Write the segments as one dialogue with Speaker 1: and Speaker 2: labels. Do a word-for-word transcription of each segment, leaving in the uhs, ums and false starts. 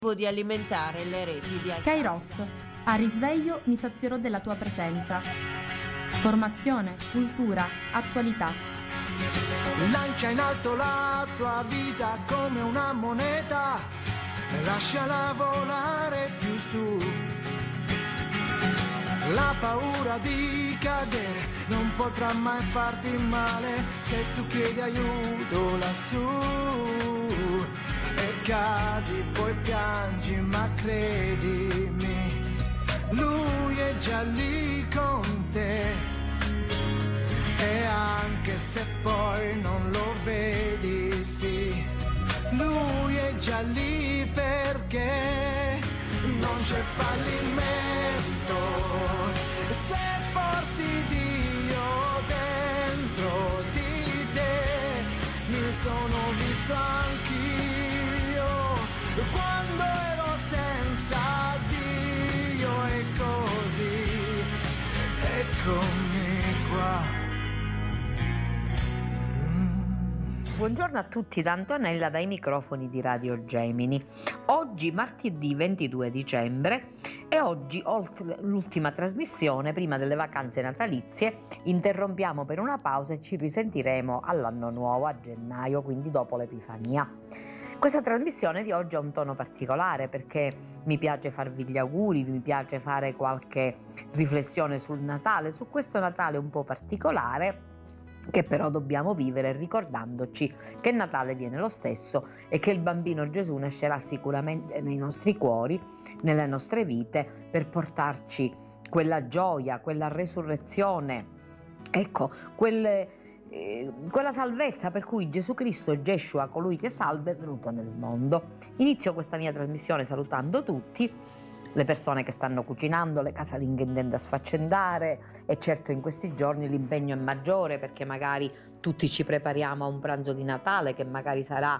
Speaker 1: di alimentare le reti di alcance.
Speaker 2: Kairos, a risveglio mi sazierò della tua presenza. Formazione, cultura, attualità.
Speaker 3: Lancia in alto la tua vita come una moneta e lasciala volare più su. La paura di cadere non potrà mai farti male se tu chiedi aiuto lassù. E cadi, poi piangi, ma credimi, lui è già lì con te. E anche se poi non lo vedi, sì, lui è già lì perché non c'è fallimento se porti Dio dentro di te. Mi sono visto anch'io quando ero senza Dio e così eccomi qua.
Speaker 4: Buongiorno a tutti da Antonella dai microfoni di Radio Gemini. Oggi martedì ventidue dicembre e oggi, oltre l'ultima trasmissione prima delle vacanze natalizie, interrompiamo per una pausa e ci risentiremo all'anno nuovo, a gennaio, quindi dopo l'Epifania. Questa trasmissione di oggi ha un tono particolare perché mi piace farvi gli auguri, mi piace fare qualche riflessione sul Natale, su questo Natale un po' particolare, che però dobbiamo vivere ricordandoci che Natale viene lo stesso e che il bambino Gesù nascerà sicuramente nei nostri cuori, nelle nostre vite, per portarci quella gioia, quella resurrezione, ecco, quelle, eh, quella salvezza per cui Gesù Cristo, Yeshua, colui che salva, è venuto nel mondo. Inizio questa mia trasmissione salutando tutti, le persone che stanno cucinando, le casalinghe in tenda a sfaccendare, e certo in questi giorni l'impegno è maggiore perché magari tutti ci prepariamo a un pranzo di Natale che magari sarà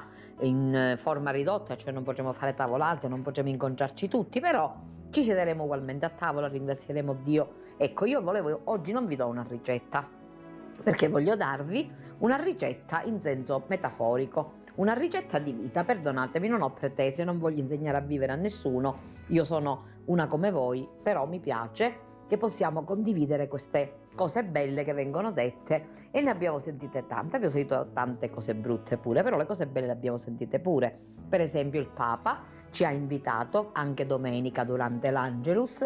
Speaker 4: in forma ridotta, cioè non potremo fare tavolate, non potremo incontrarci tutti, però ci siederemo ugualmente a tavola, ringrazieremo Dio. Ecco, io volevo, oggi non vi do una ricetta, perché voglio darvi una ricetta in senso metaforico, una ricetta di vita. Perdonatemi, non ho pretese, non voglio insegnare a vivere a nessuno, io sono una come voi, però mi piace che possiamo condividere queste cose belle che vengono dette, e ne abbiamo sentite tante, abbiamo sentito tante cose brutte pure, però le cose belle le abbiamo sentite pure. Per esempio il Papa ci ha invitato anche domenica durante l'Angelus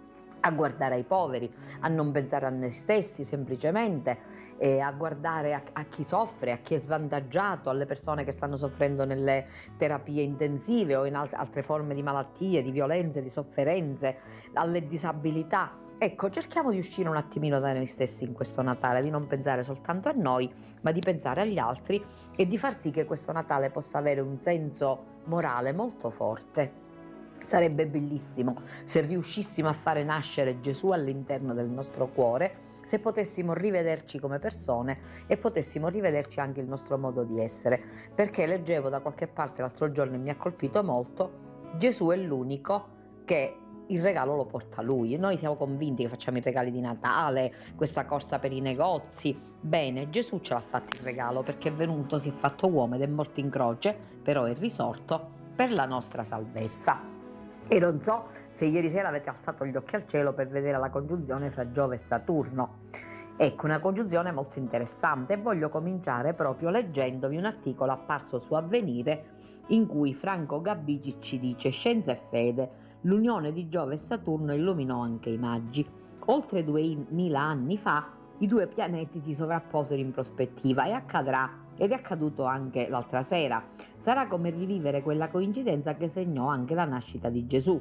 Speaker 4: a guardare ai poveri, a non pensare a noi stessi semplicemente, e a guardare a, a chi soffre, a chi è svantaggiato, alle persone che stanno soffrendo nelle terapie intensive o in alt- altre forme di malattie, di violenze, di sofferenze, alle disabilità. Ecco, cerchiamo di uscire un attimino da noi stessi in questo Natale, di non pensare soltanto a noi, ma di pensare agli altri e di far sì che questo Natale possa avere un senso morale molto forte. Sarebbe bellissimo se riuscissimo a fare nascere Gesù all'interno del nostro cuore, se potessimo rivederci come persone e potessimo rivederci anche il nostro modo di essere, perché leggevo da qualche parte l'altro giorno e mi ha colpito molto: Gesù è l'unico che il regalo lo porta lui. Noi siamo convinti che facciamo i regali di Natale, questa corsa per i negozi. Bene, Gesù ce l'ha fatto il regalo perché è venuto, si è fatto uomo ed è morto in croce, però è risorto per la nostra salvezza. E non so se ieri sera avete alzato gli occhi al cielo per vedere la congiunzione fra Giove e Saturno. Ecco, una congiunzione molto interessante, e voglio cominciare proprio leggendovi un articolo apparso su Avvenire in cui Franco Gabbici ci dice: scienza e fede, l'unione di Giove e Saturno illuminò anche i magi. Oltre duemila anni fa i due pianeti si sovrapposero in prospettiva, e accadrà, ed è accaduto anche l'altra sera. Sarà come rivivere quella coincidenza che segnò anche la nascita di Gesù.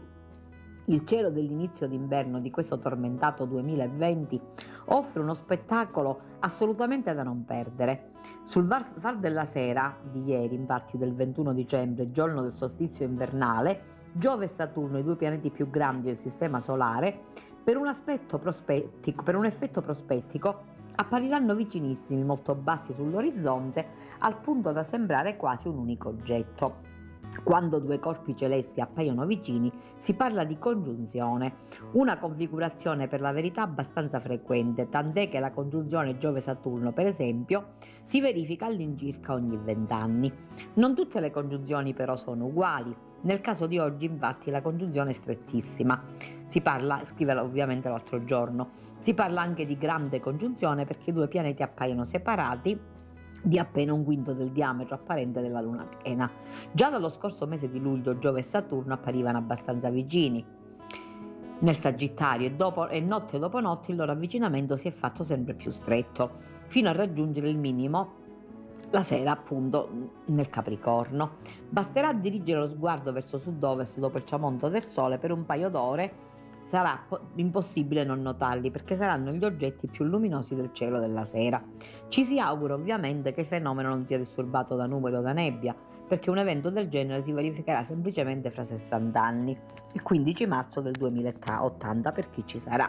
Speaker 4: Il cielo dell'inizio d'inverno di questo tormentato duemilaventi offre uno spettacolo assolutamente da non perdere. Sul Var della Sera di ieri, infatti del ventuno dicembre, giorno del solstizio invernale, Giove e Saturno, i due pianeti più grandi del Sistema Solare, per un aspetto prospettico, per un effetto prospettico, appariranno vicinissimi, molto bassi sull'orizzonte, al punto da sembrare quasi un unico oggetto. Quando due corpi celesti appaiono vicini si parla di congiunzione, una configurazione per la verità abbastanza frequente, tant'è che la congiunzione Giove-Saturno, per esempio, si verifica all'incirca ogni vent'anni. Non tutte le congiunzioni però sono uguali. Nel caso di oggi, infatti, la congiunzione è strettissima. Si parla, scrive ovviamente l'altro giorno, si parla anche di grande congiunzione perché i due pianeti appaiono separati di appena un quinto del diametro apparente della luna piena. Già dallo scorso mese di luglio Giove e Saturno apparivano abbastanza vicini nel Sagittario e, dopo, e notte dopo notte il loro avvicinamento si è fatto sempre più stretto, fino a raggiungere il minimo la sera appunto nel Capricorno. Basterà dirigere lo sguardo verso sud-ovest dopo il tramonto del sole per un paio d'ore, sarà impossibile non notarli perché saranno gli oggetti più luminosi del cielo della sera. Ci si augura ovviamente che il fenomeno non sia disturbato da nuvole o da nebbia, perché un evento del genere si verificherà semplicemente fra sessanta anni, il quindici marzo del duemilaottanta per chi ci sarà.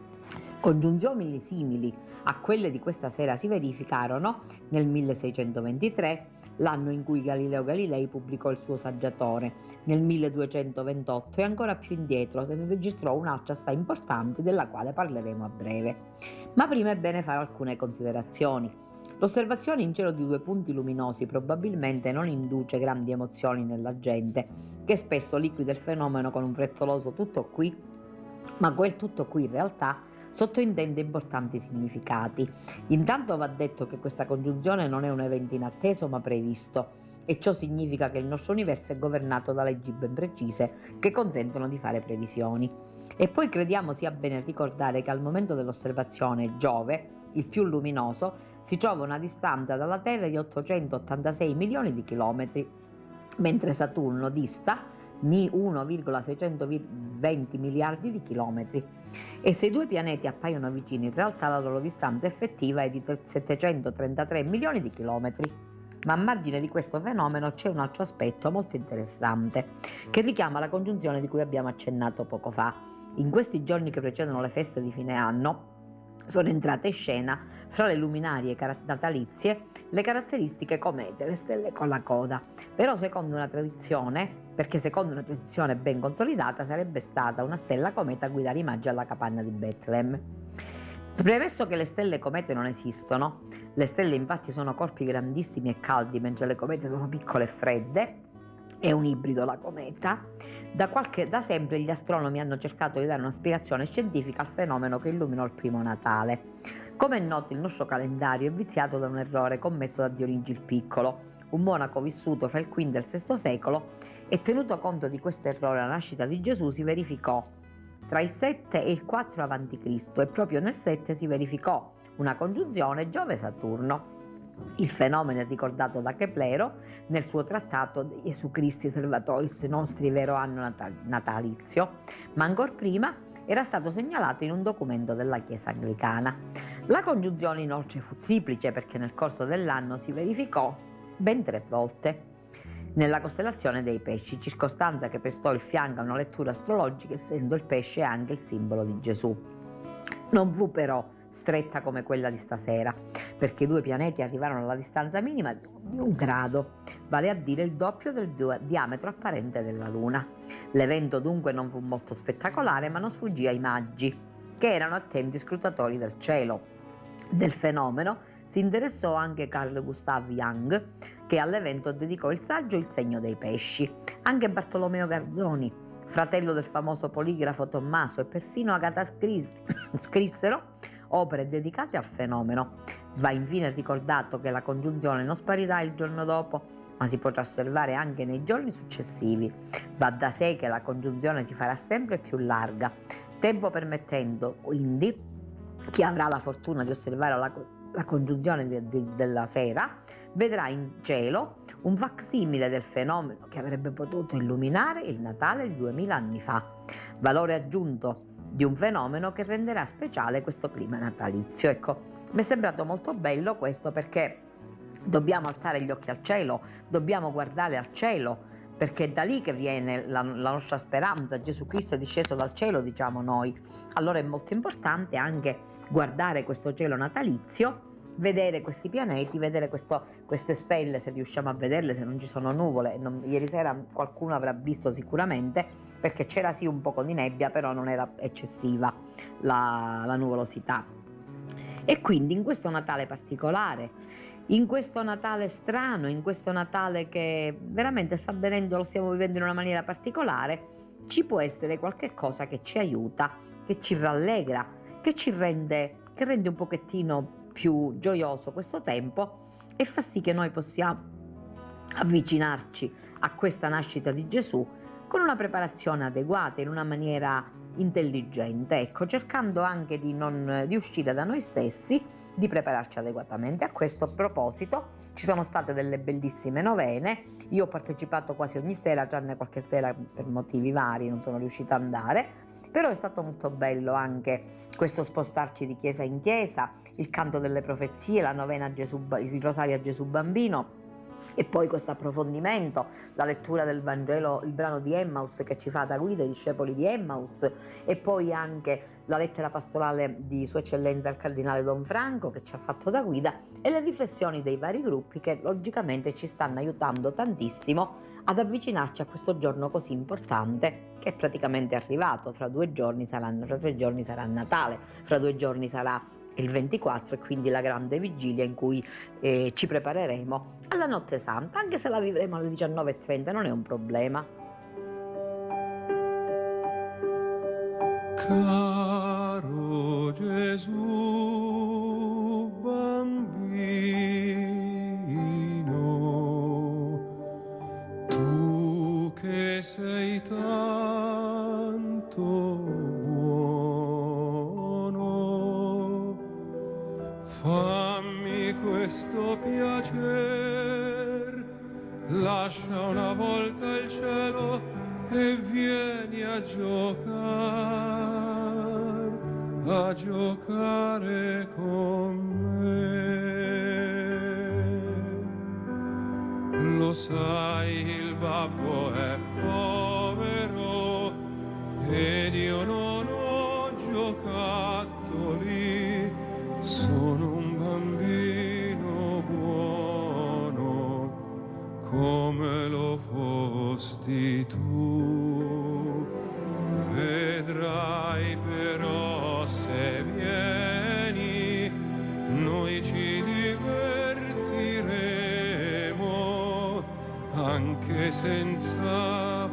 Speaker 4: Congiunzioni simili a quelle di questa sera si verificarono nel milleseicentoventitré, l'anno in cui Galileo Galilei pubblicò il suo Saggiatore, nel milleduecentoventotto e ancora più indietro se ne registrò un'altra assai importante della quale parleremo a breve. Ma prima è bene fare alcune considerazioni. L'osservazione in cielo di due punti luminosi probabilmente non induce grandi emozioni nella gente, che spesso liquida il fenomeno con un frettoloso tutto qui, ma quel tutto qui in realtà sottointende importanti significati. Intanto va detto che questa congiunzione non è un evento inatteso ma previsto, e ciò significa che il nostro universo è governato da leggi ben precise che consentono di fare previsioni. E poi crediamo sia bene ricordare che al momento dell'osservazione Giove, il più luminoso, si trova a una distanza dalla Terra di ottocentottantasei milioni di chilometri, mentre Saturno dista uno virgola seicentoventi miliardi di chilometri. E se i due pianeti appaiono vicini, in realtà la loro distanza effettiva è di settecentotrentatré milioni di chilometri. Ma a margine di questo fenomeno c'è un altro aspetto molto interessante, che richiama la congiunzione di cui abbiamo accennato poco fa. In questi giorni che precedono le feste di fine anno, sono entrate in scena, fra le luminarie natalizie, le caratteristiche comete, le stelle con la coda. Però secondo una tradizione, perché secondo una tradizione ben consolidata, sarebbe stata una stella cometa a guidare i magi alla capanna di Betlemme. Premesso che le stelle comete non esistono, le stelle infatti sono corpi grandissimi e caldi, mentre le comete sono piccole e fredde, è un ibrido la cometa, da, qualche, da sempre gli astronomi hanno cercato di dare una spiegazione scientifica al fenomeno che illuminò il primo Natale. Come è noto, il nostro calendario è viziato da un errore commesso da Dionigi il Piccolo, un monaco vissuto fra il quinto e il sesto secolo, e tenuto conto di questo errore la nascita di Gesù si verificò tra il sette e il quattro avanti Cristo e proprio nel sette si verificò una congiunzione Giove-Saturno. Il fenomeno è ricordato da Keplero nel suo trattato Gesù Christi Salvatoris Nostri vero anno natalizio, ma ancor prima era stato segnalato in un documento della Chiesa anglicana. La congiunzione inoltre fu triplice perché nel corso dell'anno si verificò ben tre volte nella costellazione dei pesci, circostanza che prestò il fianco a una lettura astrologica essendo il pesce anche il simbolo di Gesù. Non fu però stretta come quella di stasera, perché i due pianeti arrivarono alla distanza minima di un grado, vale a dire il doppio del diametro apparente della Luna. L'evento dunque non fu molto spettacolare, ma non sfuggì ai magi, che erano attenti scrutatori del cielo. Del fenomeno si interessò anche Carl Gustav Jung, che all'evento dedicò il saggio Il segno dei pesci. Anche Bartolomeo Garzoni, fratello del famoso poligrafo Tommaso, e perfino Agatha Christie scrissero opere dedicate al fenomeno. Va infine ricordato che la congiunzione non sparirà il giorno dopo, ma si potrà osservare anche nei giorni successivi. Va da sé che la congiunzione si farà sempre più larga. Tempo permettendo, quindi, chi avrà la fortuna di osservare la, la congiunzione de, de, della sera vedrà in cielo un facsimile del fenomeno che avrebbe potuto illuminare il Natale di duemila anni fa, valore aggiunto di un fenomeno che renderà speciale questo clima natalizio. Ecco, mi è sembrato molto bello questo perché dobbiamo alzare gli occhi al cielo, dobbiamo guardare al cielo, perché è da lì che viene la, la nostra speranza. Gesù Cristo è disceso dal cielo, diciamo noi. Allora è molto importante anche guardare questo cielo natalizio, vedere questi pianeti, vedere questo, queste stelle, se riusciamo a vederle, se non ci sono nuvole. Non, ieri sera qualcuno avrà visto sicuramente, perché c'era sì un poco di nebbia, però non era eccessiva la, la nuvolosità. E quindi in questo Natale particolare, In questo Natale strano, in questo Natale che veramente sta avvenendo, lo stiamo vivendo in una maniera particolare, ci può essere qualche cosa che ci aiuta, che ci rallegra, che ci rende, che rende un pochettino più gioioso questo tempo e fa sì che noi possiamo avvicinarci a questa nascita di Gesù con una preparazione adeguata, in una maniera intelligente, ecco, cercando anche di, non, di uscire da noi stessi, di prepararci adeguatamente. A questo proposito ci sono state delle bellissime novene, io ho partecipato quasi ogni sera, tranne qualche sera per motivi vari non sono riuscita ad andare, però è stato molto bello anche questo spostarci di chiesa in chiesa, il canto delle profezie, la novena a Gesù, il rosario a Gesù Bambino, e poi questo approfondimento, la lettura del Vangelo, il brano di Emmaus che ci fa da guida i discepoli di Emmaus, e poi anche la lettera pastorale di Sua Eccellenza il Cardinale Don Franco che ci ha fatto da guida, e le riflessioni dei vari gruppi che logicamente ci stanno aiutando tantissimo ad avvicinarci a questo giorno così importante che è praticamente arrivato. Fra due giorni saranno, fra tre giorni sarà Natale, fra due giorni sarà il ventiquattro e quindi la grande vigilia in cui eh, ci prepareremo alla Notte Santa, anche se la vivremo alle diciannove e trenta non è un problema.
Speaker 5: Caro Gesù bambino, tu che sei tanto buono, fammi questo piacer, lascia una volta il cielo e vieni a giocare, a giocare con me. Lo sai, il babbo è povero ed io non ho giocattoli, sono un bambino buono come lo fosti tu. Vedrai però se vieni noi ci divertiremo anche senza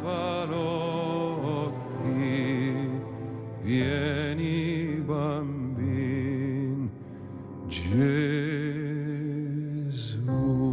Speaker 5: balocchi. Vieni bambin Gesù.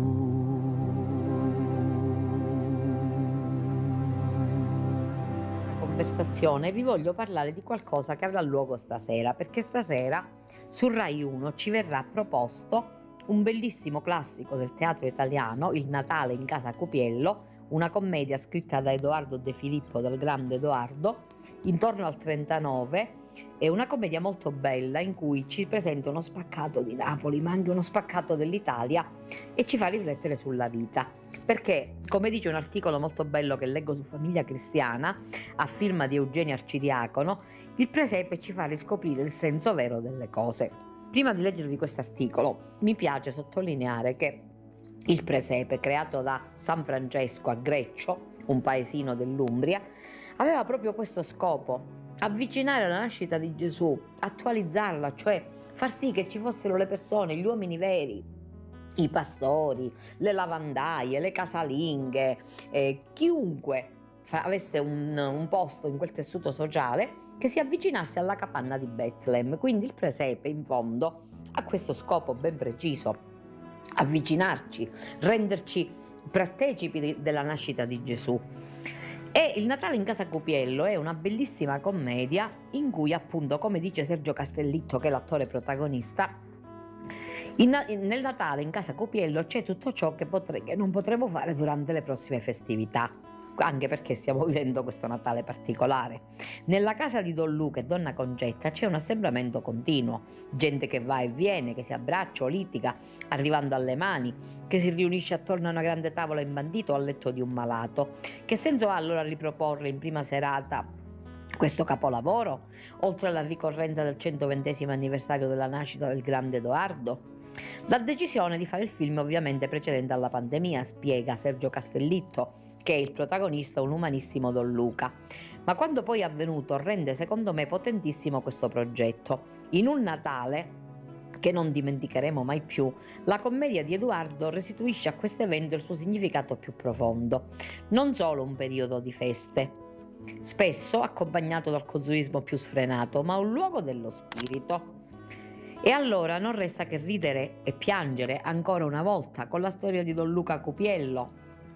Speaker 4: Conversazione vi voglio parlare di qualcosa che avrà luogo stasera, perché stasera su Rai uno ci verrà proposto un bellissimo classico del teatro italiano, Il Natale in casa Cupiello, una commedia scritta da Edoardo De Filippo, dal grande Edoardo, intorno al trentanove. È una commedia molto bella in cui ci presenta uno spaccato di Napoli, ma anche uno spaccato dell'Italia, e ci fa riflettere sulla vita. Perché, come dice un articolo molto bello che leggo su Famiglia Cristiana, a firma di Eugenio Arcidiacono, il presepe ci fa riscoprire il senso vero delle cose. Prima di leggervi questo articolo, mi piace sottolineare che il presepe, creato da San Francesco a Greccio, un paesino dell'Umbria, aveva proprio questo scopo: avvicinare la nascita di Gesù, attualizzarla, cioè far sì che ci fossero le persone, gli uomini veri, i pastori, le lavandaie, le casalinghe, eh, chiunque fa, avesse un, un posto in quel tessuto sociale, che si avvicinasse alla capanna di Betlemme. Quindi il presepe in fondo ha questo scopo ben preciso: avvicinarci, renderci partecipi di, della nascita di Gesù. E Il Natale in casa Cupiello è una bellissima commedia in cui, appunto, come dice Sergio Castellitto, che è l'attore protagonista, in, in, nel Natale in casa Cupiello c'è tutto ciò che, potre, che non potremo fare durante le prossime festività, anche perché stiamo vivendo questo Natale particolare. Nella casa di Don Luca e Donna Concetta c'è un assembramento continuo, gente che va e viene, che si abbraccia o litiga, arrivando alle mani, che si riunisce attorno a una grande tavola imbandita o al letto di un malato. Che senso ha allora riproporre in prima serata questo capolavoro, oltre alla ricorrenza del centoventesimo anniversario della nascita del grande Edoardo? La decisione di fare il film ovviamente precedente alla pandemia, spiega Sergio Castellitto, che è il protagonista, un umanissimo Don Luca. Ma quando poi è avvenuto rende secondo me potentissimo questo progetto. In un Natale che non dimenticheremo mai più, la commedia di Edoardo restituisce a questo evento il suo significato più profondo, non solo un periodo di feste, spesso accompagnato dal consumismo più sfrenato, ma un luogo dello spirito. E allora non resta che ridere e piangere ancora una volta con la storia di Don Luca Cupiello,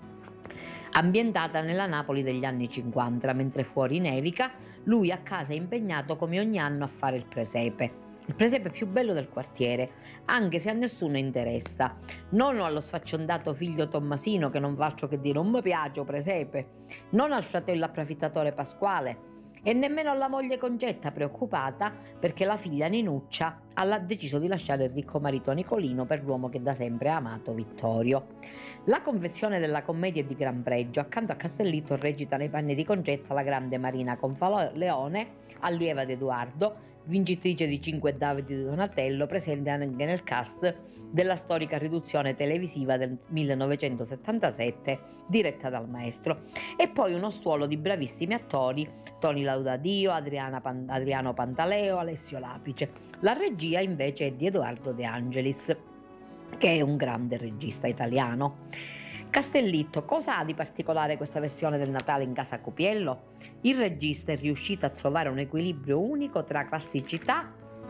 Speaker 4: ambientata nella Napoli degli anni cinquanta, mentre fuori nevica, lui a casa è impegnato come ogni anno a fare il presepe. Il presepe più bello del quartiere, anche se a nessuno interessa, non allo sfacciondato figlio Tommasino che non faccio che dire non mi piace o presepe, non al fratello approfittatore Pasquale e nemmeno alla moglie Concetta preoccupata perché la figlia Ninuccia ha deciso di lasciare il ricco marito Nicolino per l'uomo che da sempre ha amato, Vittorio. La confezione della commedia è di gran pregio, accanto a Castellitto recita nei panni di Concetta la grande Marina Confaleone, allieva di Edoardo, vincitrice di cinque Davide di Donatello, presente anche nel cast della storica riduzione televisiva del millenovecentosettantasette diretta dal maestro, e poi uno stuolo di bravissimi attori: Toni Laudadio, Adriana Pan- Adriano Pantaleo, Alessio Lapice. La regia invece è di Edoardo De Angelis, che è un grande regista italiano. Castellitto, cosa ha di particolare questa versione del Natale in casa Cupiello? Il regista è riuscito a trovare un equilibrio unico tra classicità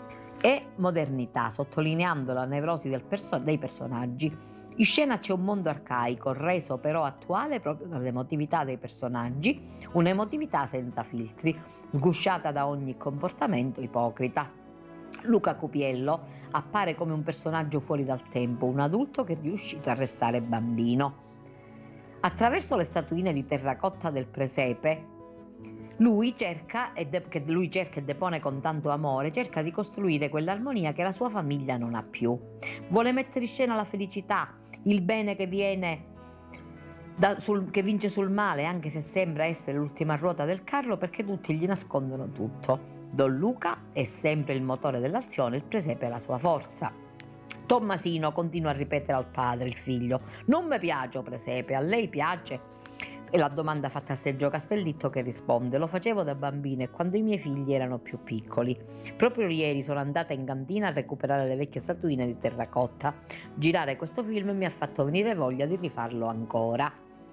Speaker 4: e modernità, sottolineando la nevrosi del perso- dei personaggi. In scena c'è un mondo arcaico, reso però attuale proprio dall'emotività dei personaggi, un'emotività senza filtri, sgusciata da ogni comportamento ipocrita. Luca Cupiello appare come un personaggio fuori dal tempo, un adulto che è riuscito a restare bambino. Attraverso le statuine di terracotta del presepe, lui cerca, e de- che lui cerca e depone con tanto amore, cerca di costruire quell'armonia che la sua famiglia non ha più. Vuole mettere in scena la felicità, il bene che viene da, sul, che vince sul male, anche se sembra essere l'ultima ruota del carro, perché tutti gli nascondono tutto. Don Luca è sempre il motore dell'azione, il presepe è la sua forza. Tommasino continua a ripetere al padre, il figlio: non mi piace o presepe, a lei piace? E la domanda fatta a Sergio Castellitto, che risponde: lo facevo da bambina e quando i miei figli erano più piccoli. Proprio ieri sono andata in cantina a recuperare le vecchie statuine di terracotta. Girare questo film mi ha fatto venire voglia di rifarlo ancora.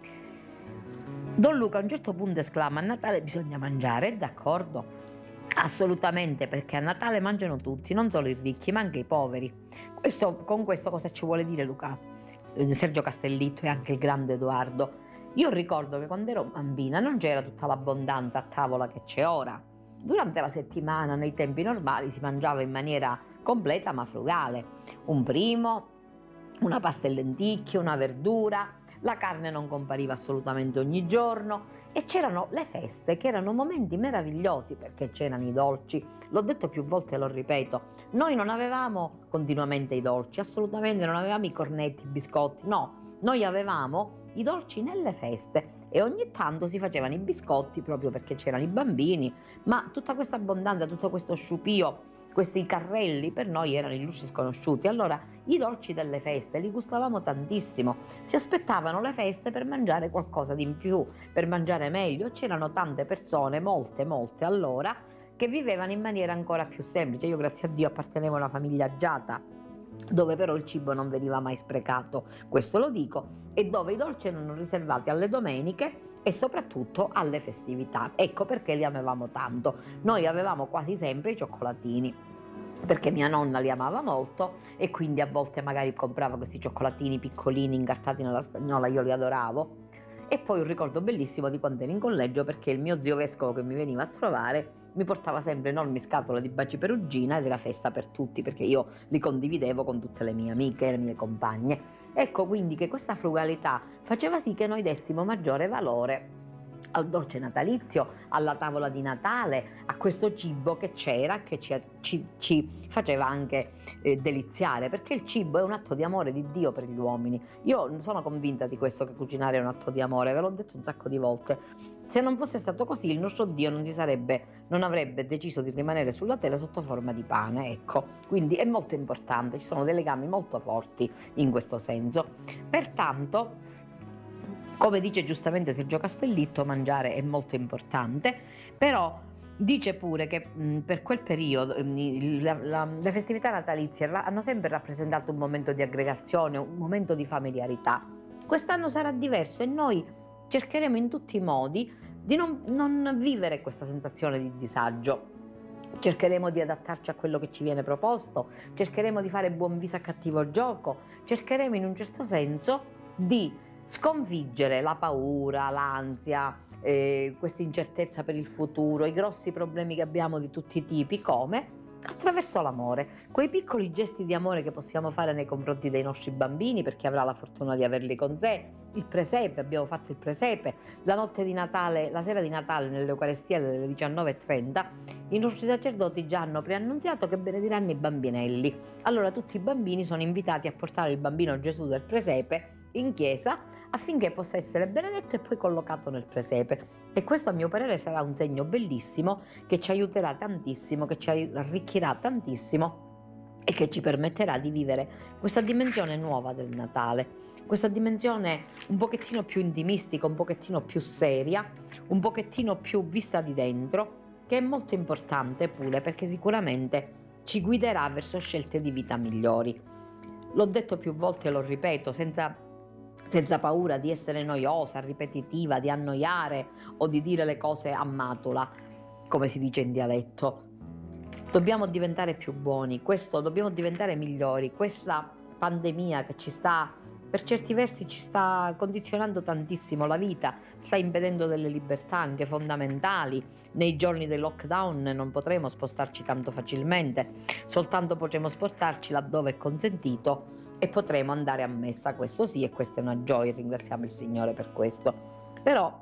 Speaker 4: Don Luca a un certo punto esclama: a Natale bisogna mangiare, è d'accordo? Assolutamente, perché a Natale mangiano tutti, non solo i ricchi ma anche i poveri. Questo, con questo cosa ci vuole dire Luca? Eh, Sergio Castellitto e anche il grande Edoardo. Io ricordo che quando ero bambina non c'era tutta l'abbondanza a tavola che c'è ora. Durante la settimana, nei tempi normali, si mangiava in maniera completa ma frugale. Un primo, una pasta e lenticchie, una verdura, la carne non compariva assolutamente ogni giorno e c'erano le feste, che erano momenti meravigliosi perché c'erano i dolci. L'ho detto più volte e lo ripeto, noi non avevamo continuamente i dolci, assolutamente non avevamo i cornetti, i biscotti, no, noi avevamo i dolci nelle feste e ogni tanto si facevano i biscotti proprio perché c'erano i bambini, ma tutta questa abbondanza, tutto questo sciupio, questi carrelli per noi erano illusci sconosciuti. Allora i dolci delle feste li gustavamo tantissimo, si aspettavano le feste per mangiare qualcosa di in più, per mangiare meglio. C'erano tante persone, molte molte allora, che vivevano in maniera ancora più semplice. Io grazie a Dio appartenevo a una famiglia agiata, dove però il cibo non veniva mai sprecato, questo lo dico, e dove i dolci erano riservati alle domeniche e soprattutto alle festività. Ecco perché li amavamo tanto. Noi avevamo quasi sempre i cioccolatini, perché mia nonna li amava molto e quindi a volte magari comprava questi cioccolatini piccolini incartati nella stagnola, io li adoravo. E poi un ricordo bellissimo di quando ero in collegio, perché il mio zio vescovo che mi veniva a trovare mi portava sempre enormi scatole di baci perugina ed era festa per tutti, perché io li condividevo con tutte le mie amiche, le mie compagne. Ecco quindi che questa frugalità faceva sì che noi dessimo maggiore valore al dolce natalizio, alla tavola di Natale, a questo cibo che c'era, che ci, ci, ci faceva anche eh, deliziare, perché il cibo è un atto di amore di Dio per gli uomini. Io sono convinta di questo, che cucinare è un atto di amore, ve l'ho detto un sacco di volte. Se non fosse stato così, il nostro Dio non si sarebbe, non avrebbe deciso di rimanere sulla terra sotto forma di pane, ecco. Quindi è molto importante, ci sono dei legami molto forti in questo senso. Pertanto, come dice giustamente Sergio Castellitto, mangiare è molto importante, però Dice pure che mh, per quel periodo mh, la, la, le festività natalizie ra- hanno sempre rappresentato un momento di aggregazione, un momento di familiarità. Quest'anno sarà diverso e noi cercheremo in tutti i modi di non, non vivere questa sensazione di disagio. Cercheremo di adattarci a quello che ci viene proposto, cercheremo di fare buon viso a cattivo gioco, cercheremo in un certo senso di sconfiggere la paura, l'ansia, eh, questa incertezza per il futuro, i grossi problemi che abbiamo di tutti i tipi, come? Attraverso l'amore, quei piccoli gesti di amore che possiamo fare nei confronti dei nostri bambini, per chi avrà la fortuna di averli con sé, il presepe, abbiamo fatto il presepe, la notte di Natale, la sera di Natale nell'Eucaristia alle diciannove e trenta, i nostri sacerdoti già hanno preannunziato che benediranno i bambinelli. Allora tutti i bambini sono invitati a portare il bambino Gesù del presepe in chiesa affinché possa essere benedetto e poi collocato nel presepe. E questo a mio parere sarà un segno bellissimo che ci aiuterà tantissimo, che ci arricchirà tantissimo e che ci permetterà di vivere questa dimensione nuova del Natale, questa dimensione un pochettino più intimistica, un pochettino più seria, un pochettino più vista di dentro, che è molto importante pure perché sicuramente ci guiderà verso scelte di vita migliori. L'ho detto più volte e lo ripeto, senza senza paura di essere noiosa, ripetitiva, di annoiare o di dire le cose a matola, come si dice in dialetto. Dobbiamo diventare più buoni, questo, dobbiamo diventare migliori. Questa pandemia che ci sta, per certi versi ci sta condizionando tantissimo la vita, sta impedendo delle libertà anche fondamentali. Nei giorni del lockdown non potremo spostarci tanto facilmente, soltanto potremo spostarci laddove è consentito e potremo andare a messa, questo sì, e questa è una gioia, ringraziamo il Signore per questo. Però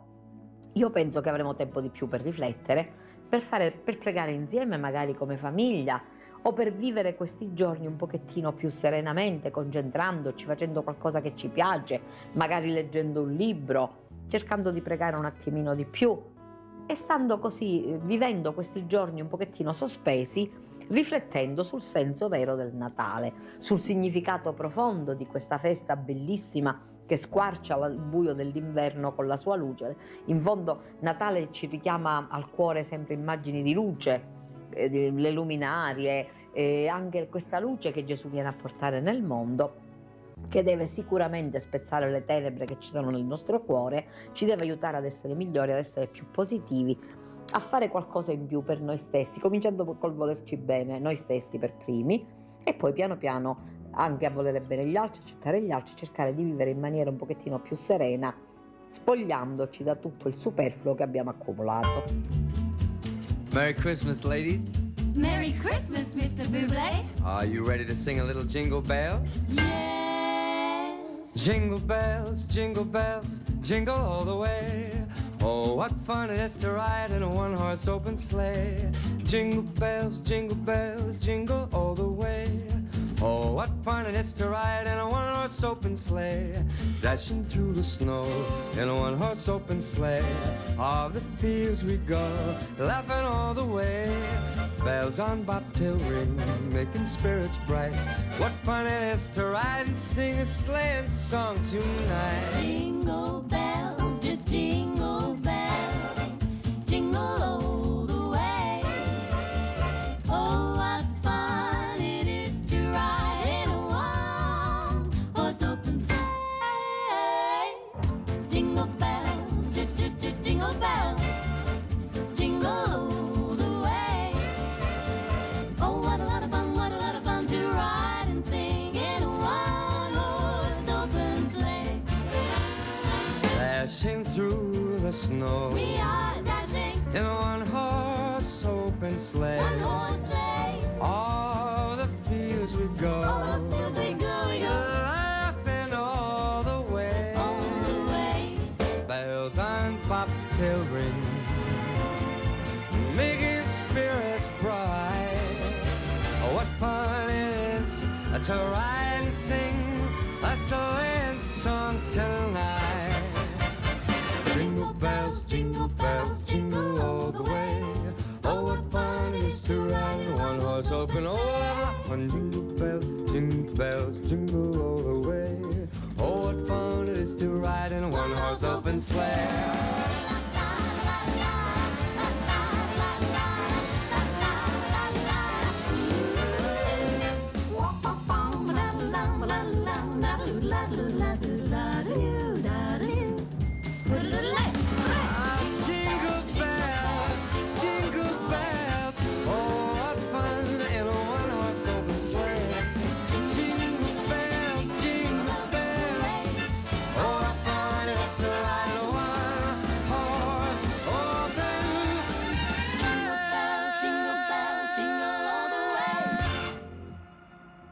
Speaker 4: io penso che avremo tempo di più per riflettere, per, fare, per pregare insieme magari come famiglia, o per vivere questi giorni un pochettino più serenamente, concentrandoci, facendo qualcosa che ci piace, magari leggendo un libro, cercando di pregare un attimino di più e stando così, vivendo questi giorni un pochettino sospesi, riflettendo sul senso vero del Natale, sul significato profondo di questa festa bellissima che squarcia il buio dell'inverno con la sua luce. In fondo Natale ci richiama al cuore sempre immagini di luce, eh, le luminarie, e eh, anche questa luce che Gesù viene a portare nel mondo, che deve sicuramente spezzare le tenebre che ci sono nel nostro cuore, ci deve aiutare ad essere migliori, ad essere più positivi, a fare qualcosa in più per noi stessi, cominciando col volerci bene, noi stessi per primi, e poi piano piano anche a volere bene gli altri, accettare gli altri, cercare di vivere in maniera un pochettino più serena, spogliandoci da tutto il superfluo che abbiamo accumulato.
Speaker 6: Merry Christmas, ladies.
Speaker 7: Merry Christmas, mister Bublé.
Speaker 6: Are you ready to sing a little Jingle Bells?
Speaker 7: Yes.
Speaker 6: Jingle bells, jingle bells, jingle all the way. Oh, what fun it is to ride in a one-horse open sleigh. Jingle bells, jingle bells, jingle all the way. Oh, what fun it is to ride in a one-horse open sleigh. Dashing through the snow in a one-horse open sleigh. All the fields we go, laughing all the way. Bells on bobtail ring, making spirits bright. What fun it is to ride and sing a sleighing song tonight.
Speaker 7: Jingle bells, just jingle bells, jingle all the way. Oh, what fun it is to ride in a one-horse open sleigh. Jingle bells, just, just, just jingle bells, jingle all the way. Oh, what a lot of fun, what a lot of fun to ride and sing in a one-horse open sleigh.
Speaker 6: Dashing through the snow,
Speaker 7: We are dashing
Speaker 6: in a one-horse open sleigh.
Speaker 7: one horse sleigh.
Speaker 6: All the fields we go,
Speaker 7: All the fields we go, we go
Speaker 6: laughing all the way.
Speaker 7: all the way.
Speaker 6: Bells on bobtail ring, making spirits bright. Oh, what fun it is to ride and sing a sleighing song tonight. Jingle bells, jingle bells, jingle all the way. Oh, what fun it is to ride in one horse open. Oh, what fun! Jingle bells, jingle bells, jingle all the way. Oh, what fun it is to ride in a one horse open sleigh.
Speaker 7: La, la, la, la, la, la, la.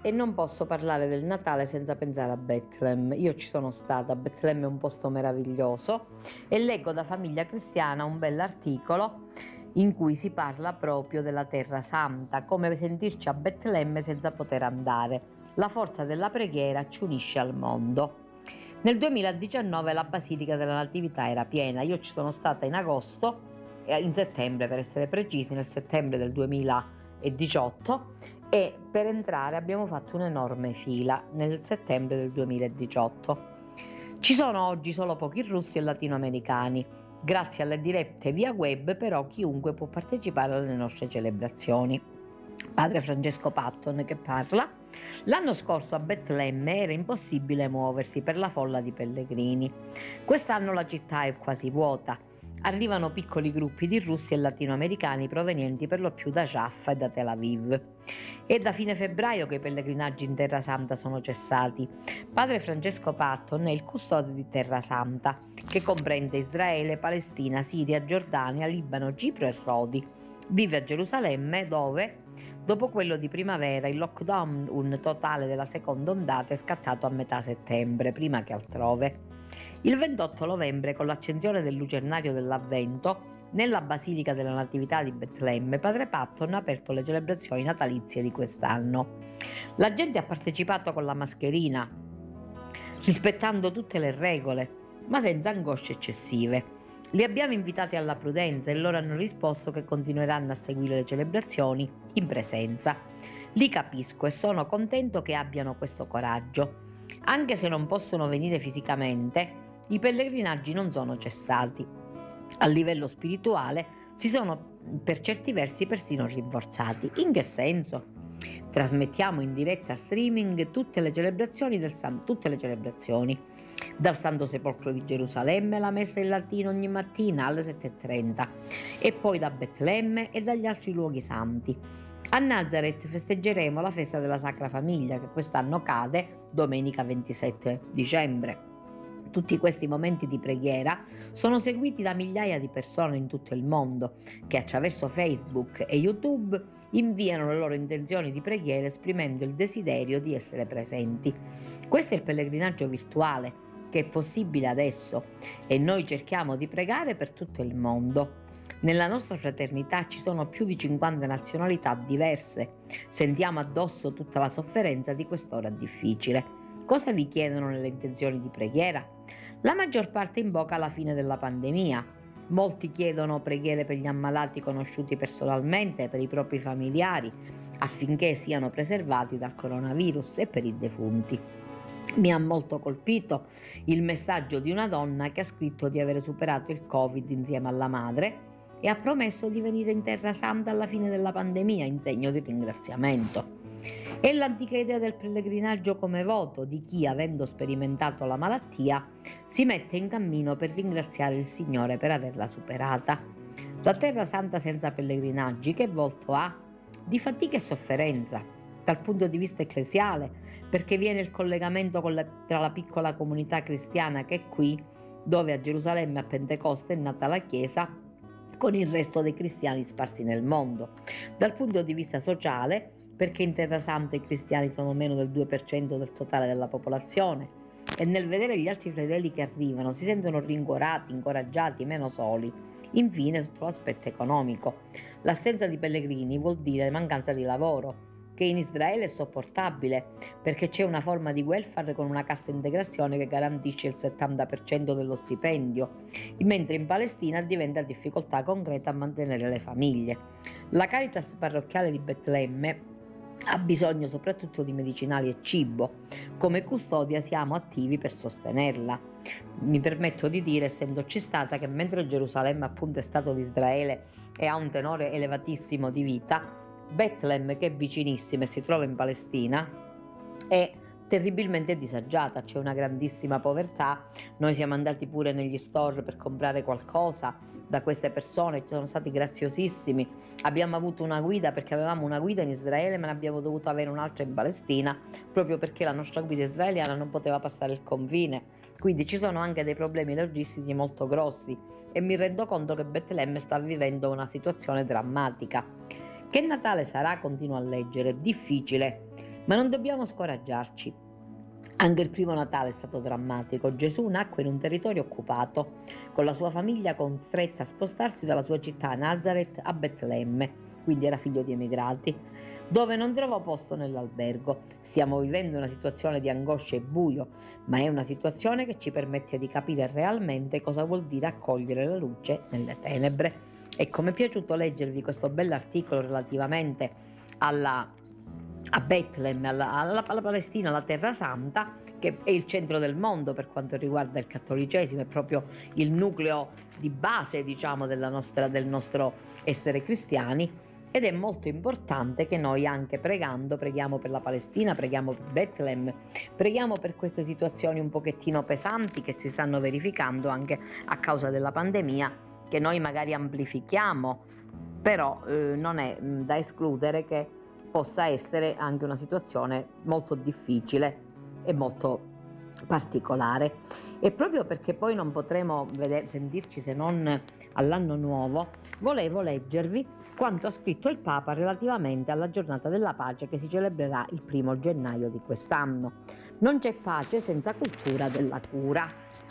Speaker 4: e non posso parlare del Natale senza pensare a Bethlehem. Io ci sono stata, Bethlehem è un posto meraviglioso e leggo da Famiglia Cristiana un bell'articolo in cui si parla proprio della Terra Santa, come sentirci a Betlemme senza poter andare. La forza della preghiera ci unisce al mondo. Nel duemiladiciannove la Basilica della Natività era piena, io ci sono stata in agosto, in settembre per essere precisi, nel settembre del duemiladiciotto, e per entrare abbiamo fatto un'enorme fila nel settembre del duemiladiciotto. Ci sono oggi solo pochi russi e latinoamericani. Grazie alle dirette via web però chiunque può partecipare alle nostre celebrazioni. Padre Francesco Patton che parla. L'anno scorso a Betlemme era impossibile muoversi per la folla di pellegrini. Quest'anno la città è quasi vuota. Arrivano piccoli gruppi di russi e latinoamericani provenienti per lo più da Jaffa e da Tel Aviv. È da fine febbraio che i pellegrinaggi in Terra Santa sono cessati. Padre Francesco Patton è il custode di Terra Santa, che comprende Israele, Palestina, Siria, Giordania, Libano, Cipro e Rodi. Vive a Gerusalemme dove, dopo quello di primavera, il lockdown totale della seconda ondata è scattato a metà settembre, prima che altrove. Il ventotto novembre, con l'accensione del lucernario dell'Avvento, nella Basilica della Natività di Betlemme, Padre Patton ha aperto le celebrazioni natalizie di quest'anno. La gente ha partecipato con la mascherina, rispettando tutte le regole, ma senza angosce eccessive. Li abbiamo invitati alla prudenza e loro hanno risposto che continueranno a seguire le celebrazioni in presenza. Li capisco e sono contento che abbiano questo coraggio. Anche se non possono venire fisicamente, i pellegrinaggi non sono cessati. A livello spirituale si sono per certi versi persino rinforzati. In che senso? Trasmettiamo in diretta streaming tutte le celebrazioni del San, tutte le celebrazioni. Dal Santo Sepolcro di Gerusalemme la messa in latino ogni mattina alle sette e trenta e poi da Betlemme e dagli altri luoghi santi. A Nazareth festeggeremo la festa della Sacra Famiglia che quest'anno cade domenica ventisette dicembre. Tutti questi momenti di preghiera sono seguiti da migliaia di persone in tutto il mondo che attraverso Facebook e YouTube inviano le loro intenzioni di preghiera esprimendo il desiderio di essere presenti. Questo è il pellegrinaggio virtuale che è possibile adesso e noi cerchiamo di pregare per tutto il mondo. Nella nostra fraternità ci sono più di cinquanta nazionalità diverse. Sentiamo addosso tutta la sofferenza di quest'ora difficile. Cosa vi chiedono nelle intenzioni di preghiera? La maggior parte invoca la fine della pandemia. Molti chiedono preghiere per gli ammalati conosciuti personalmente e per i propri familiari affinché siano preservati dal coronavirus e per i defunti. Mi ha molto colpito il messaggio di una donna che ha scritto di aver superato il Covid insieme alla madre e ha promesso di venire in Terra Santa alla fine della pandemia in segno di ringraziamento. È l'antica idea del pellegrinaggio come voto di chi, avendo sperimentato la malattia, si mette in cammino per ringraziare il Signore per averla superata. La Terra Santa senza pellegrinaggi che volto ha? Di fatica e sofferenza, dal punto di vista ecclesiale, perché viene il collegamento con la, tra la piccola comunità cristiana che è qui, dove a Gerusalemme a Pentecoste è nata la Chiesa, con il resto dei cristiani sparsi nel mondo. Dal punto di vista sociale, perché in Terra Santa i cristiani sono meno del due per cento del totale della popolazione e nel vedere gli altri fedeli che arrivano si sentono rincuorati, incoraggiati, meno soli. Infine, sotto l'aspetto economico, l'assenza di pellegrini vuol dire mancanza di lavoro, che in Israele è sopportabile perché c'è una forma di welfare con una cassa integrazione che garantisce il settanta per cento dello stipendio, mentre in Palestina diventa difficoltà concreta a mantenere le famiglie. La Caritas parrocchiale di Betlemme ha bisogno soprattutto di medicinali e cibo. Come custodia siamo attivi per sostenerla. Mi permetto di dire, essendoci stata, che mentre Gerusalemme appunto è stato di Israele e ha un tenore elevatissimo di vita, Betlemme, che è vicinissima e si trova in Palestina, è terribilmente disagiata, c'è una grandissima povertà. Noi siamo andati pure negli store per comprare qualcosa da queste persone, ci sono stati graziosissimi. Abbiamo avuto una guida perché avevamo una guida in Israele ma ne abbiamo dovuto avere un'altra in Palestina proprio perché la nostra guida israeliana non poteva passare il confine, quindi ci sono anche dei problemi logistici molto grossi e mi rendo conto che Betlemme sta vivendo una situazione drammatica. Che Natale sarà? Continuo a leggere, difficile. Ma non dobbiamo scoraggiarci. Anche il primo Natale è stato drammatico. Gesù nacque in un territorio occupato, con la sua famiglia costretta a spostarsi dalla sua città Nazareth a Betlemme, quindi era figlio di emigrati, dove non trovò posto nell'albergo. Stiamo vivendo una situazione di angoscia e buio, ma è una situazione che ci permette di capire realmente cosa vuol dire accogliere la luce nelle tenebre. E come è piaciuto leggervi questo bell'articolo relativamente alla a Betlemme, alla, alla, alla Palestina, alla Terra Santa, che è il centro del mondo per quanto riguarda il cattolicesimo, è proprio il nucleo di base, diciamo, della nostra, del nostro essere cristiani, ed è molto importante che noi anche pregando, preghiamo per la Palestina, preghiamo per Betlemme, preghiamo per queste situazioni un pochettino pesanti che si stanno verificando anche a causa della pandemia, che noi magari amplifichiamo, però eh, non è mh, da escludere che possa essere anche una situazione molto difficile e molto particolare. E proprio perché poi non potremo vedere, sentirci se non all'anno nuovo, volevo leggervi quanto ha scritto il Papa relativamente alla giornata della pace che si celebrerà il primo gennaio di quest'anno. Non c'è pace senza cultura della cura.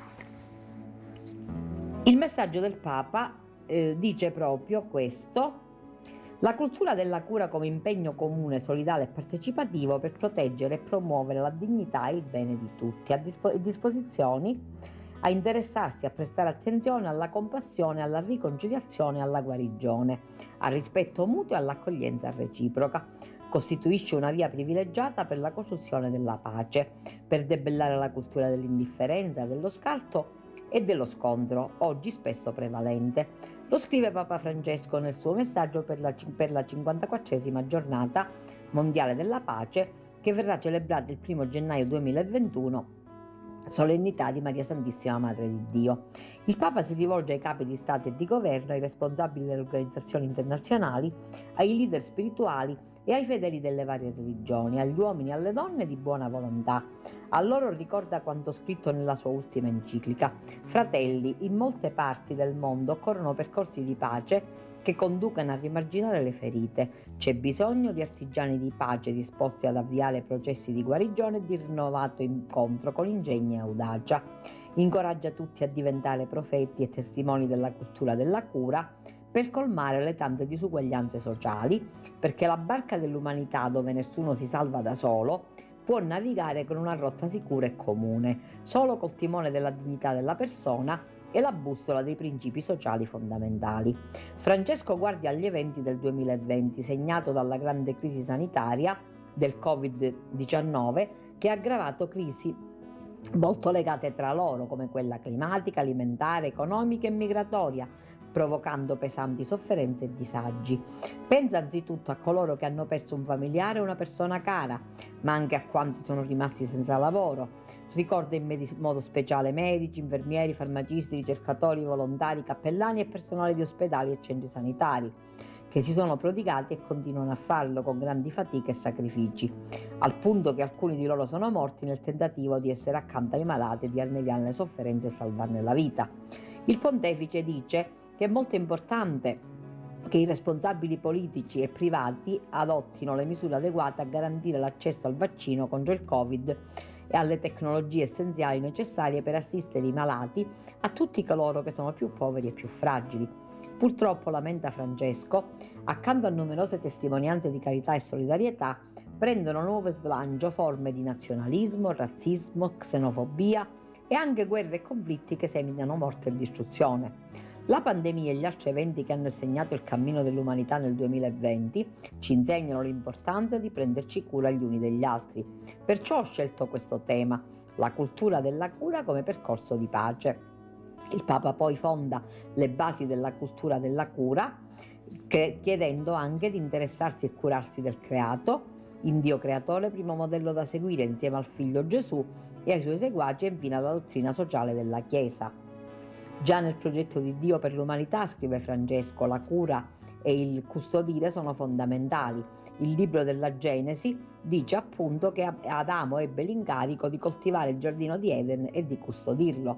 Speaker 4: Il messaggio del Papa eh, dice proprio questo: la cultura della cura come impegno comune, solidale e partecipativo per proteggere e promuovere la dignità e il bene di tutti, a dispo- disposizioni a interessarsi, a prestare attenzione alla compassione, alla riconciliazione e alla guarigione, al rispetto mutuo e all'accoglienza reciproca. Costituisce una via privilegiata per la costruzione della pace, per debellare la cultura dell'indifferenza, dello scarto e dello scontro, oggi spesso prevalente. Lo scrive Papa Francesco nel suo messaggio per la, per la cinquantaquattresima giornata mondiale della pace, che verrà celebrata il primo gennaio duemilaventuno, solennità di Maria Santissima Madre di Dio. Il Papa si rivolge ai capi di Stato e di Governo, ai responsabili delle organizzazioni internazionali, ai leader spirituali e ai fedeli delle varie religioni, agli uomini e alle donne di buona volontà. A loro ricorda quanto scritto nella sua ultima enciclica: fratelli, in molte parti del mondo occorrono percorsi di pace che conducano a rimarginare le ferite. C'è bisogno di artigiani di pace disposti ad avviare processi di guarigione e di rinnovato incontro con ingegno e audacia. Incoraggia tutti a diventare profeti e testimoni della cultura della cura per colmare le tante disuguaglianze sociali, perché la barca dell'umanità, dove nessuno si salva da solo, può navigare con una rotta sicura e comune, solo col timone della dignità della persona e la bussola dei principi sociali fondamentali. Francesco guarda agli eventi del duemilaventi, segnato dalla grande crisi sanitaria del covid diciannove, che ha aggravato crisi molto legate tra loro, come quella climatica, alimentare, economica e migratoria, provocando pesanti sofferenze e disagi. Pensa anzitutto a coloro che hanno perso un familiare o una persona cara, ma anche a quanti sono rimasti senza lavoro. Ricorda in med- modo speciale medici, infermieri, farmacisti, ricercatori, volontari, cappellani e personale di ospedali e centri sanitari, che si sono prodigati e continuano a farlo con grandi fatiche e sacrifici, al punto che alcuni di loro sono morti nel tentativo di essere accanto ai malati, di alleviare le sofferenze e salvarne la vita. Il pontefice dice che è molto importante che i responsabili politici e privati adottino le misure adeguate a garantire l'accesso al vaccino contro il Covid e alle tecnologie essenziali necessarie per assistere i malati, a tutti coloro che sono più poveri e più fragili. Purtroppo, lamenta Francesco, accanto a numerose testimonianze di carità e solidarietà, prendono nuovo slancio forme di nazionalismo, razzismo, xenofobia e anche guerre e conflitti che seminano morte e distruzione. La pandemia e gli altri eventi che hanno segnato il cammino dell'umanità nel duemilaventi ci insegnano l'importanza di prenderci cura gli uni degli altri. Perciò ho scelto questo tema, la cultura della cura come percorso di pace. Il Papa poi fonda le basi della cultura della cura, chiedendo anche di interessarsi e curarsi del creato, in Dio creatore, primo modello da seguire insieme al figlio Gesù e ai suoi seguaci, e infine alla dottrina sociale della Chiesa. Già nel progetto di Dio per l'umanità, scrive Francesco, la cura e il custodire sono fondamentali. Il libro della Genesi dice appunto che Adamo ebbe l'incarico di coltivare il giardino di Eden e di custodirlo.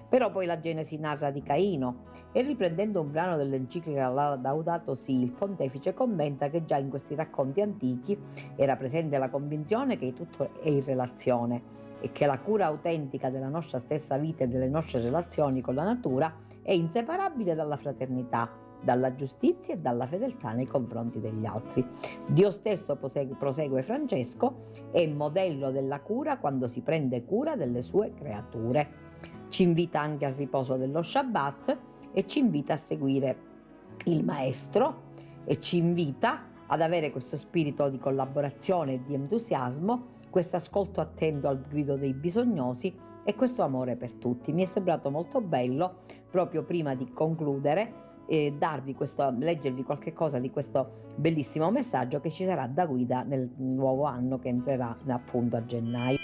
Speaker 4: Però poi la Genesi narra di Caino e riprendendo un brano dell'enciclica Laudato Si, il pontefice commenta che già in questi racconti antichi era presente la convinzione che tutto è in relazione e che la cura autentica della nostra stessa vita e delle nostre relazioni con la natura è inseparabile dalla fraternità, dalla giustizia e dalla fedeltà nei confronti degli altri. Dio stesso, prosegue Francesco, è modello della cura quando si prende cura delle sue creature. Ci invita anche al riposo dello Shabbat e ci invita a seguire il Maestro e ci invita ad avere questo spirito di collaborazione e di entusiasmo, questo ascolto attento al grido dei bisognosi e questo amore per tutti. Mi è sembrato molto bello, proprio prima di concludere, eh, darvi questo, leggervi qualche cosa di questo bellissimo messaggio che ci sarà da guida nel nuovo anno che entrerà appunto a gennaio.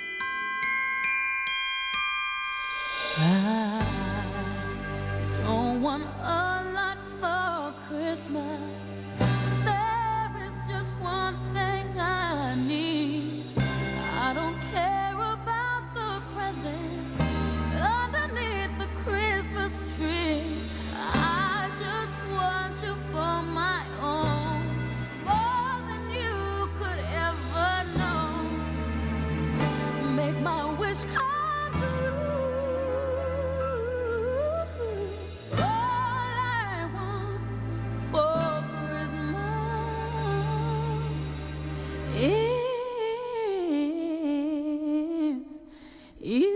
Speaker 7: I don't want a lot for Christmas. There is just one thing I need. I don't care about the presents underneath the Christmas tree. I just want you for my own, more than you could ever know. Make my wish come true. All I want for Christmas is you.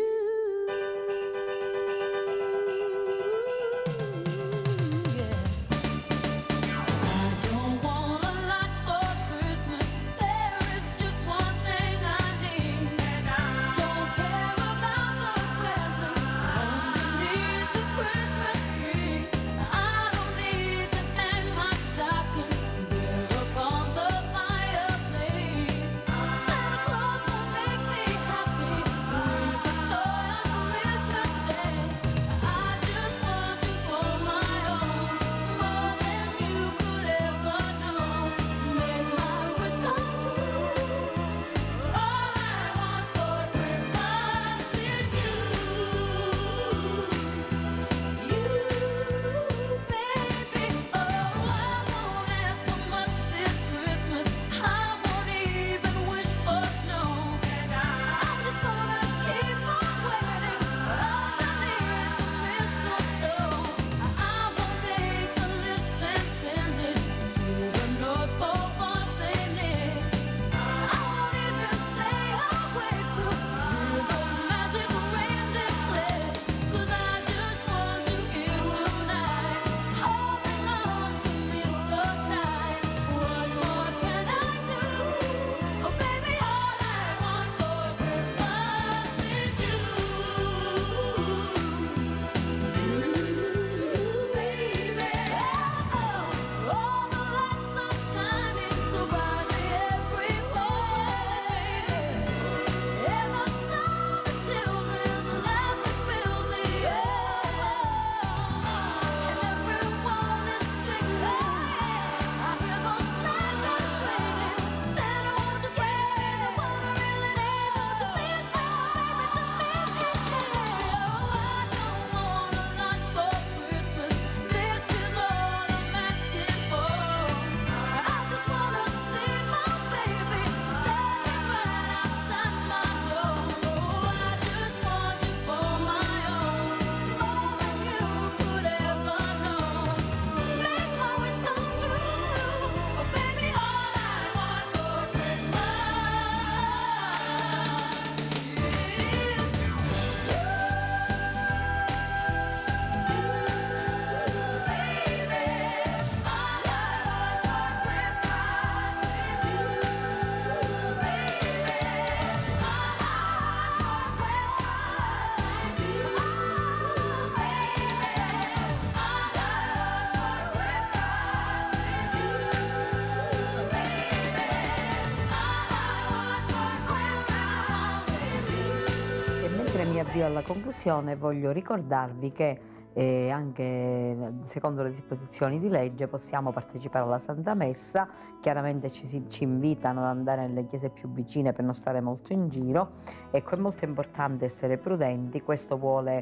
Speaker 4: Mi avvio alla conclusione, voglio ricordarvi che eh, anche secondo le disposizioni di legge possiamo partecipare alla Santa Messa. Chiaramente ci, si, ci invitano ad andare nelle chiese più vicine per non stare molto in giro. Ecco, è molto importante essere prudenti, questo vuole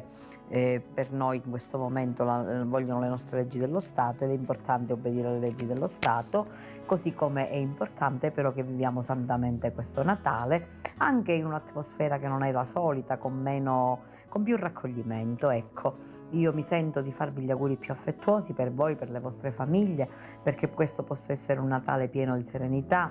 Speaker 4: eh, per noi in questo momento la, vogliono le nostre leggi dello Stato, ed è importante obbedire alle leggi dello Stato, così come è importante però che viviamo santamente questo Natale, anche in un'atmosfera che non è la solita, con meno, con più raccoglimento, ecco. Io mi sento di farvi gli auguri più affettuosi per voi, per le vostre famiglie, perché questo possa essere un Natale pieno di serenità,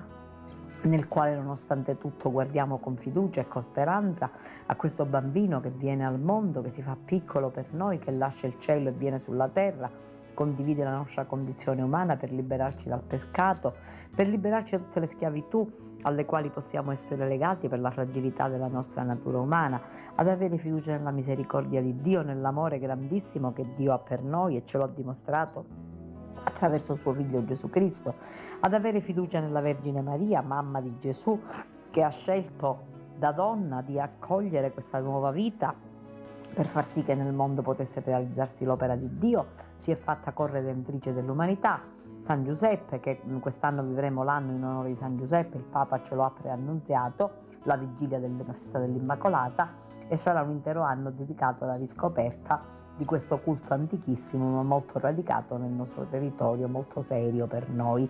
Speaker 4: nel quale nonostante tutto guardiamo con fiducia e con speranza a questo bambino che viene al mondo, che si fa piccolo per noi, che lascia il cielo e viene sulla terra, condivide la nostra condizione umana per liberarci dal peccato, per liberarci da tutte le schiavitù alle quali possiamo essere legati per la fragilità della nostra natura umana, ad avere fiducia nella misericordia di Dio, nell'amore grandissimo che Dio ha per noi e ce l'ha dimostrato attraverso suo figlio Gesù Cristo, ad avere fiducia nella Vergine Maria, mamma di Gesù, che ha scelto da donna di accogliere questa nuova vita per far sì che nel mondo potesse realizzarsi l'opera di Dio, si è fatta corredentrice dell'umanità. San Giuseppe, che quest'anno vivremo l'anno in onore di San Giuseppe, il Papa ce lo ha preannunziato, la vigilia della festa dell'Immacolata, e sarà un intero anno dedicato alla riscoperta di questo culto antichissimo ma molto radicato nel nostro territorio, molto serio per noi.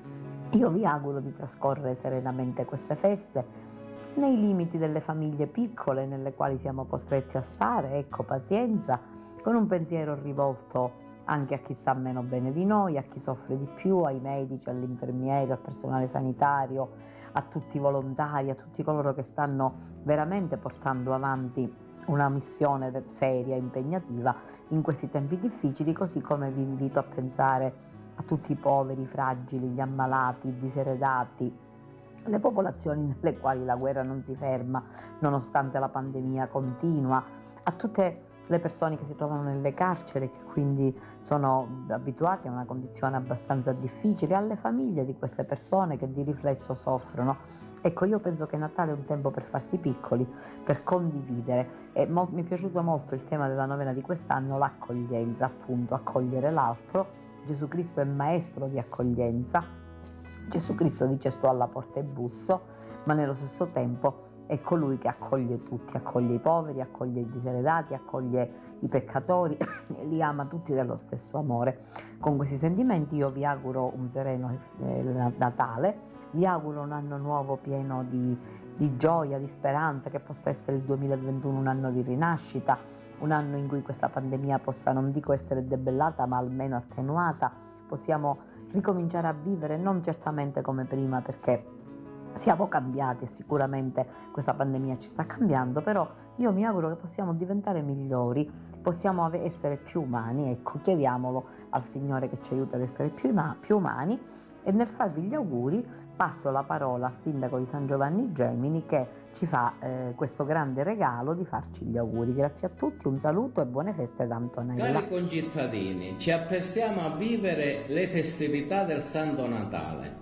Speaker 4: Io vi auguro di trascorrere serenamente queste feste nei limiti delle famiglie piccole nelle quali siamo costretti a stare, ecco, pazienza, con un pensiero rivolto anche a chi sta meno bene di noi, a chi soffre di più, ai medici, agli infermieri, al personale sanitario, a tutti i volontari, a tutti coloro che stanno veramente portando avanti una missione seria, impegnativa in questi tempi difficili, così come vi invito a pensare a tutti i poveri, i fragili, gli ammalati, i diseredati, le popolazioni nelle quali la guerra non si ferma nonostante la pandemia continua, a tutte le persone che si trovano nelle carceri, che quindi sono abituate a una condizione abbastanza difficile, alle famiglie di queste persone che di riflesso soffrono. Ecco, io penso che Natale è un tempo per farsi piccoli, per condividere, e mo- mi è piaciuto molto il tema della novena di quest'anno, l'accoglienza, appunto, accogliere l'altro. Gesù Cristo è maestro di accoglienza. Gesù Cristo dice: sto alla porta e busso, ma nello stesso tempo è colui che accoglie tutti, accoglie i poveri, accoglie i diseredati, accoglie i peccatori, e li ama tutti dello stesso amore. Con questi sentimenti io vi auguro un sereno eh, Natale, vi auguro un anno nuovo pieno di, di gioia, di speranza, che possa essere il duemilaventuno un anno di rinascita, un anno in cui questa pandemia possa, non dico essere debellata, ma almeno attenuata, possiamo ricominciare a vivere, non certamente come prima, perché siamo cambiati e sicuramente questa pandemia ci sta cambiando, però io mi auguro che possiamo diventare migliori, possiamo essere più umani, ecco, chiediamolo al Signore che ci aiuta ad essere più, ima- più umani. E nel farvi gli auguri passo la parola al sindaco di San Giovanni Gemini, che ci fa eh, questo grande regalo di farci gli auguri. Grazie a tutti, un saluto e buone feste da Antonella.
Speaker 8: Cari concittadini, ci apprestiamo a vivere le festività del Santo Natale.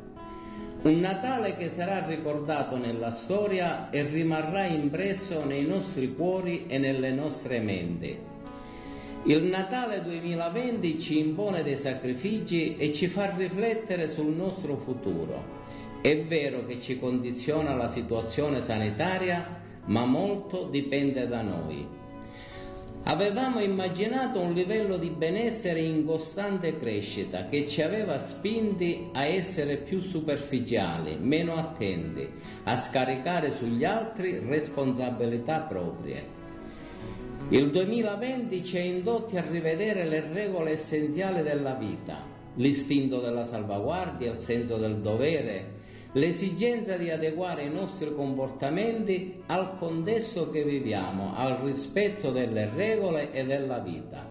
Speaker 8: Un Natale che sarà ricordato nella storia e rimarrà impresso nei nostri cuori e nelle nostre menti. Il Natale duemilaventi ci impone dei sacrifici e ci fa riflettere sul nostro futuro. È vero che ci condiziona la situazione sanitaria, ma molto dipende da noi. Avevamo immaginato un livello di benessere in costante crescita che ci aveva spinti a essere più superficiali, meno attenti, a scaricare sugli altri responsabilità proprie. Il duemilaventi ci ha indotti a rivedere le regole essenziali della vita, l'istinto della salvaguardia, il senso del dovere, l'esigenza di adeguare i nostri comportamenti al contesto che viviamo, al rispetto delle regole e della vita.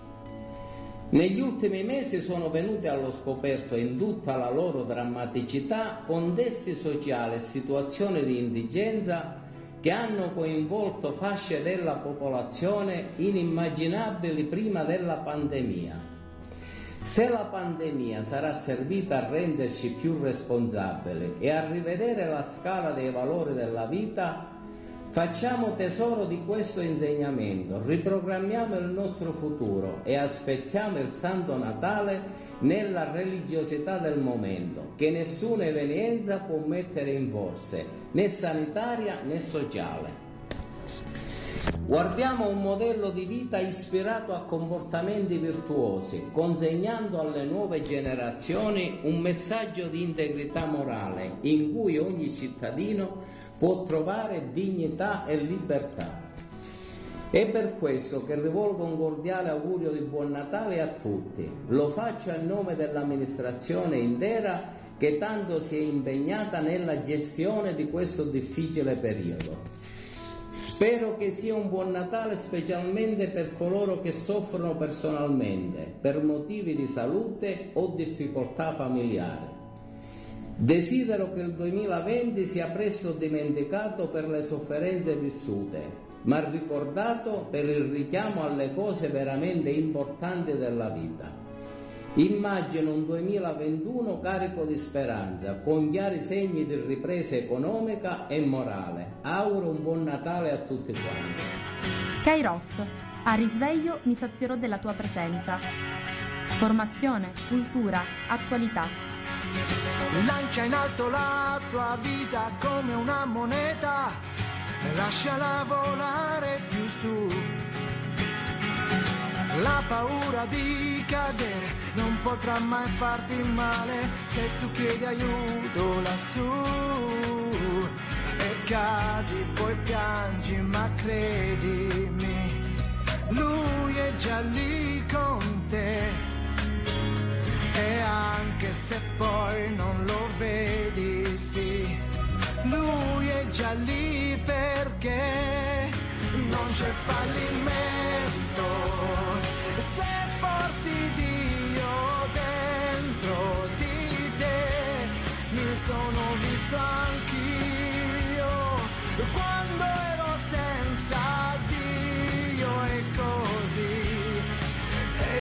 Speaker 8: Negli ultimi mesi sono venute allo scoperto in tutta la loro drammaticità contesti sociali e situazioni di indigenza che hanno coinvolto fasce della popolazione inimmaginabili prima della pandemia. Se la pandemia sarà servita a renderci più responsabili e a rivedere la scala dei valori della vita, facciamo tesoro di questo insegnamento, riprogrammiamo il nostro futuro e aspettiamo il Santo Natale nella religiosità del momento, che nessuna evenienza può mettere in forse, né sanitaria né sociale. Guardiamo un modello di vita ispirato a comportamenti virtuosi, consegnando alle nuove generazioni un messaggio di integrità morale in cui ogni cittadino può trovare dignità e libertà. È per questo che rivolgo un cordiale augurio di buon Natale a tutti. Lo faccio a nome dell'amministrazione intera che tanto si è impegnata nella gestione di questo difficile periodo. Spero che sia un buon Natale specialmente per coloro che soffrono personalmente per motivi di salute o difficoltà familiari. Desidero che il duemilaventi sia presto dimenticato per le sofferenze vissute, ma ricordato per il richiamo alle cose veramente importanti della vita. Immagino un duemilaventuno carico di speranza, con chiari segni di ripresa economica e morale. Auguro un buon Natale a tutti quanti.
Speaker 2: Kairos, a risveglio mi sazierò della tua presenza. Formazione, cultura, attualità.
Speaker 3: Lancia in alto la tua vita come una moneta e lasciala volare più su. La paura di cadere non potrà mai farti male se tu chiedi aiuto lassù. E cadi, poi piangi, ma credimi, lui è già lì con te. E anche se poi non lo vedi, sì, lui è già lì perché non c'è fallimento. Se porti Dio dentro di te, mi sono visto anch'io.